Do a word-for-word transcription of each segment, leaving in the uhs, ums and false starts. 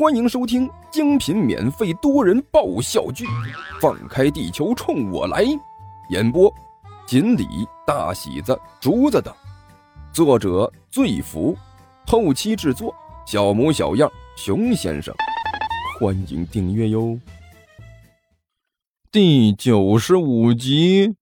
欢迎收听精品免费多人爆笑剧《放开地球冲我来》，演播锦鲤、大喜子、竹子等，作者醉福，后期制作小模小样、熊先生。欢迎订阅哟。第九十五集。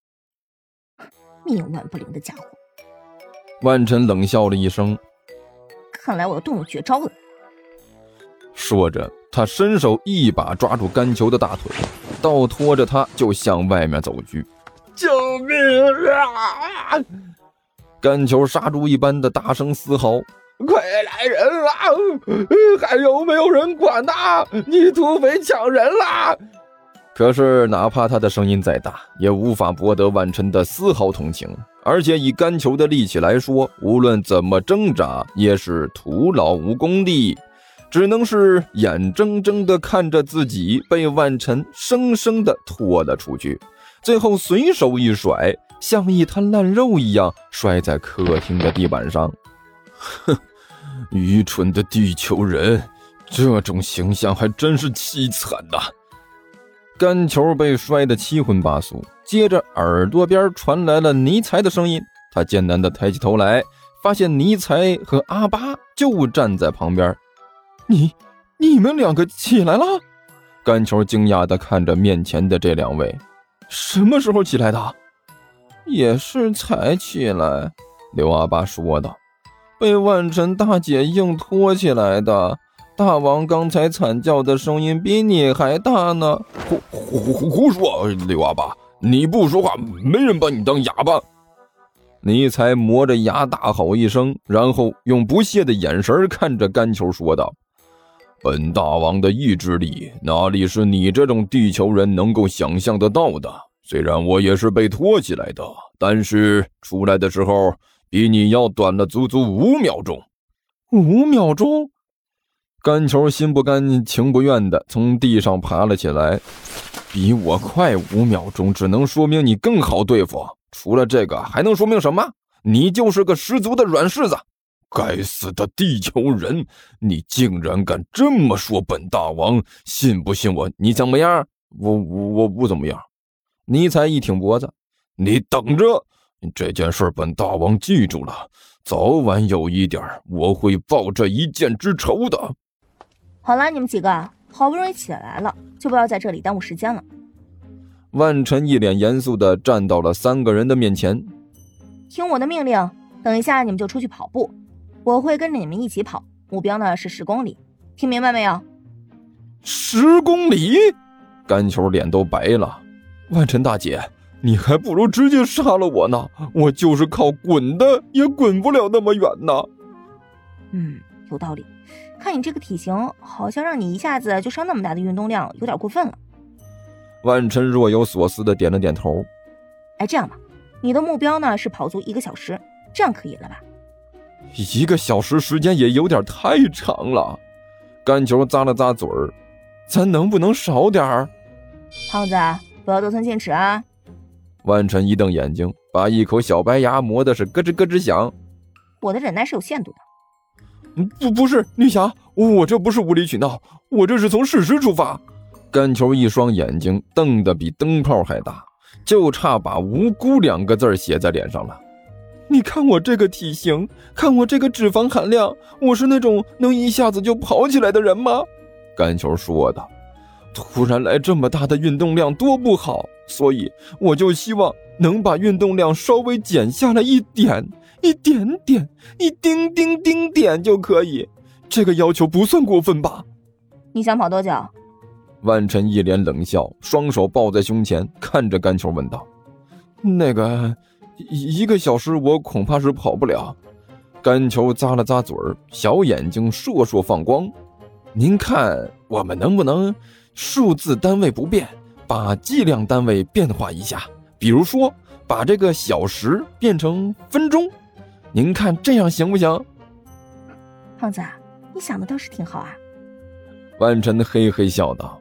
冥顽不灵的家伙！ 万晨冷笑了一声， 看来我要动用绝招了。 说着，他伸手一把抓住甘球的大腿，倒拖着他就向外面走去。 救命啊！ 甘球杀猪一般的大声嘶嚎： 快来人啊！还有没有人管他？你土匪抢人啦！ 可是哪怕他的声音再大，也无法博得万晨的丝毫同情，而且以甘球的力气来说，无论怎么挣扎也是徒劳无功的，只能是眼睁睁地看着自己被万晨生生地拖了出去，最后随手一甩，像一滩烂肉一样摔在客厅的地板上。哼，愚蠢的地球人，这种形象还真是凄惨呐！甘球被摔得七荤八素，接着耳朵边传来了尼才的声音，他艰难地抬起头来，发现尼才和阿巴就站在旁边。你你们两个起来了？甘球惊讶地看着面前的这两位。什么时候起来的？也是才起来，刘阿巴说道，被万晨大姐硬拖起来的。大王刚才惨叫的声音比你还大呢。 胡胡胡胡说，刘阿巴，你不说话，没人把你当哑巴。 尼才磨着牙大吼一声，然后用不屑的眼神看着甘球说道，本大王的意志力哪里是你这种地球人能够想象得到的？虽然我也是被拖起来的，但是出来的时候比你要短了足足五秒钟。五秒钟？甘球心不甘情不愿地从地上爬了起来。比我快五秒钟，只能说明你更好对付。除了这个，还能说明什么？你就是个十足的软柿子。 该死的地球人，你竟然敢这么说本大王，信不信我？ 你怎么样？我我我不怎么样。尼才一挺脖子， 你等着，这件事本大王记住了，早晚有一点我会报这一箭之仇的。 好了，你们几个好不容易起来了，就不要在这里耽误时间了。 万晨一脸严肃地站到了三个人的面前。 听我的命令，等一下你们就出去跑步，我会跟着你们一起跑，目标呢是十公里，听明白没有？ 十公里？甘球脸都白了。万晨大姐，你还不如直接杀了我呢，我就是靠滚的也滚不了那么远呢。 嗯，有道理。看你这个体型，好像让你一下子就上那么大的运动量，有点过分了。 万晨若有所思地点了点头。 哎，这样吧，你的目标呢是跑足一个小时，这样可以了吧？ 一个小时时间也有点太长了。甘球咂了咂嘴儿，咱能不能少点儿？ 胖子，不要得寸进尺啊！ 万晨一瞪眼睛，把一口小白牙磨的是咯吱咯吱响。 我的忍耐是有限度的。 不不是女侠，我这不是无理取闹，我这是从事实出发。甘球一双眼睛瞪得比灯泡还大，就差把无辜两个字写在脸上了。你看我这个体型，看我这个脂肪含量，我是那种能一下子就跑起来的人吗？甘球说道，突然来这么大的运动量多不好，所以我就希望能把运动量稍微减下来一点，一点点，一丁丁丁点就可以，这个要求不算过分吧？ 你想跑多久？ 万晨一脸冷笑，双手抱在胸前，看着甘球问道，那个一个小时我恐怕是跑不了。甘球咂了咂嘴儿，小眼睛烁烁放光。您看我们能不能数字单位不变，把计量单位变化一下，比如说把这个小时变成分钟，您看这样行不行？ 胖子，你想的倒是挺好啊。 万晨嘿嘿笑道，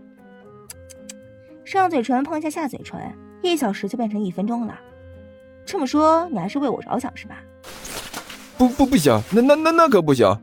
上嘴唇碰一下下嘴唇，一小时就变成一分钟了。这么说你还是为我着想是吧？ 不不不行，那那那那可不行。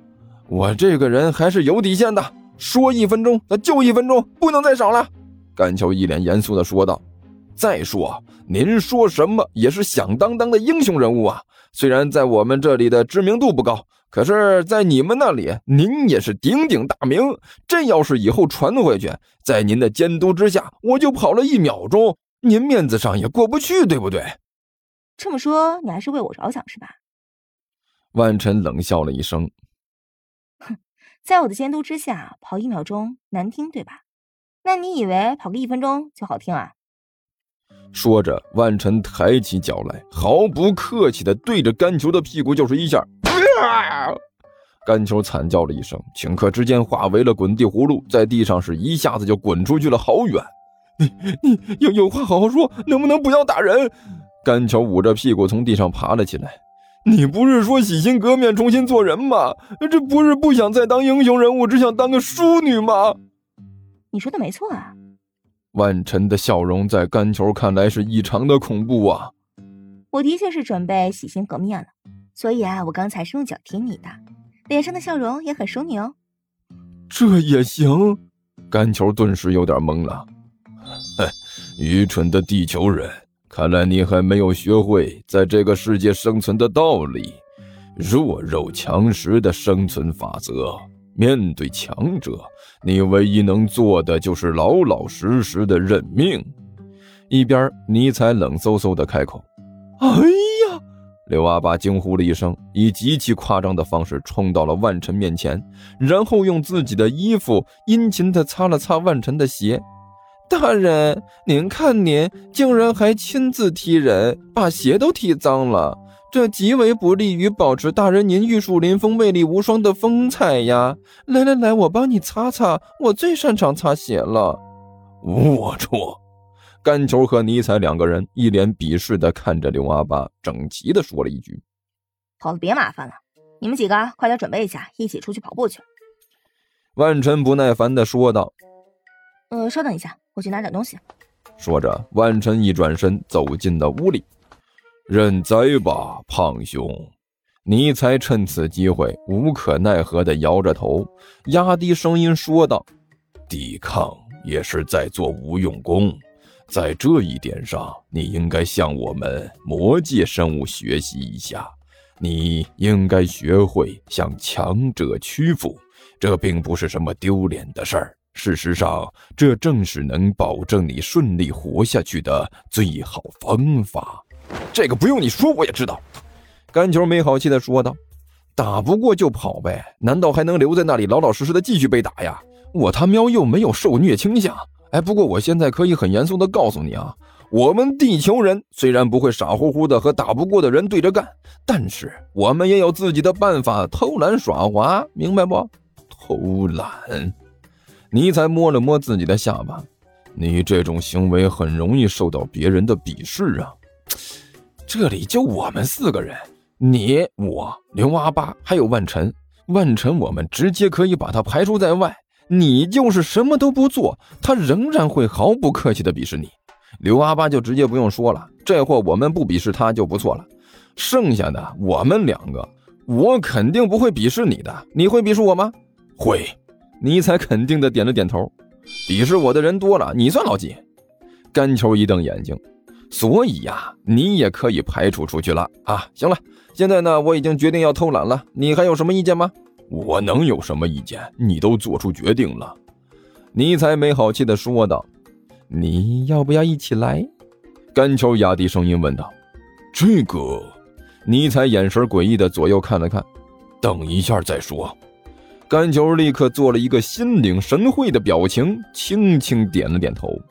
我这个人还是有底线的，说一分钟那就一分钟，不能再少了。甘球一脸严肃地说道。再说，您说什么也是响当当的英雄人物啊，虽然在我们这里的知名度不高，可是在你们那里您也是鼎鼎大名，这要是以后传回去，在您的监督之下我就跑了一秒钟，您面子上也过不去，对不对？ 这么说你还是为我着想是吧？ 万晨冷笑了一声。 哼，在我的监督之下跑一秒钟难听对吧？那你以为跑个一分钟就好听啊？ 说着，万晨抬起脚来，毫不客气地对着甘球的屁股就是一下。啊！甘球惨叫了一声，顷刻之间化为了滚地葫芦，在地上是一下子就滚出去了好远。你你有有话好好说，能不能不要打人？甘球捂着屁股从地上爬了起来。你不是说洗心革面重新做人吗？这不是不想再当英雄人物，只想当个淑女吗？ 你说的没错啊。 万晨的笑容在甘球看来是异常的恐怖啊。 我的确是准备洗心革面了，所以啊，我刚才是用脚踢你的，脸上的笑容也很淑女哦。 这也行？甘球顿时有点懵了。愚蠢的地球人，看来你还没有学会在这个世界生存的道理，弱肉强食的生存法则。面对强者，你唯一能做的就是老老实实的认命。一边尼采冷飕飕的开口。哎呀！刘阿爸惊呼了一声，以极其夸张的方式冲到了万晨面前，然后用自己的衣服殷勤地擦了擦万晨的鞋。大人，您看您竟然还亲自踢人，把鞋都踢脏了，这极为不利于保持大人您玉树临风魅力无双的风采呀！来来来，我帮你擦擦，我最擅长擦鞋了。龌龊！甘球和尼采两个人一脸鄙视地看着刘阿爸，整齐地说了一句： 好了，别麻烦了，你们几个快点准备一下，一起出去跑步去。 万晨不耐烦地说道。 呃，稍等一下，我去拿点东西。 说着，万晨一转身走进了屋里。认栽吧，胖兄。尼采趁此机会无可奈何地摇着头，压低声音说道：抵抗也是在做无用功，在这一点上你应该向我们魔界生物学习一下，你应该学会向强者屈服，这并不是什么丢脸的事儿，事实上这正是能保证你顺利活下去的最好方法。这个不用你说我也知道，甘球没好气地说道。打不过就跑呗，难道还能留在那里老老实实的继续被打呀？我他喵又没有受虐倾向。哎，不过我现在可以很严肃地告诉你啊，我们地球人虽然不会傻乎乎的和打不过的人对着干，但是我们也有自己的办法偷懒耍滑，明白不？偷懒？尼采摸了摸自己的下巴，你这种行为很容易受到别人的鄙视啊。这里就我们四个人，你、我、刘阿八还有万晨。万晨我们直接可以把他排除在外，你就是什么都不做，他仍然会毫不客气地鄙视你。刘阿八就直接不用说了，这货我们不鄙视他就不错了。剩下的我们两个，我肯定不会鄙视你的，你会鄙视我吗？会。尼采肯定地点了点头。鄙视我的人多了，你算老几？甘球一瞪眼睛。所以呀，你也可以排除出去了啊！行了，现在呢，我已经决定要偷懒了，你还有什么意见吗？我能有什么意见？你都做出决定了。尼采没好气地说道。你要不要一起来？甘球压低声音问道。这个……尼采眼神诡异地左右看了看，等一下再说。甘球立刻做了一个心领神会的表情，轻轻点了点头。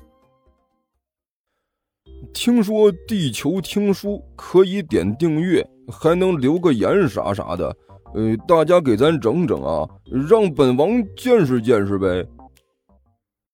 听说地球听书可以点订阅，还能留个言啥啥的，呃，大家给咱整整啊，让本王见识见识呗。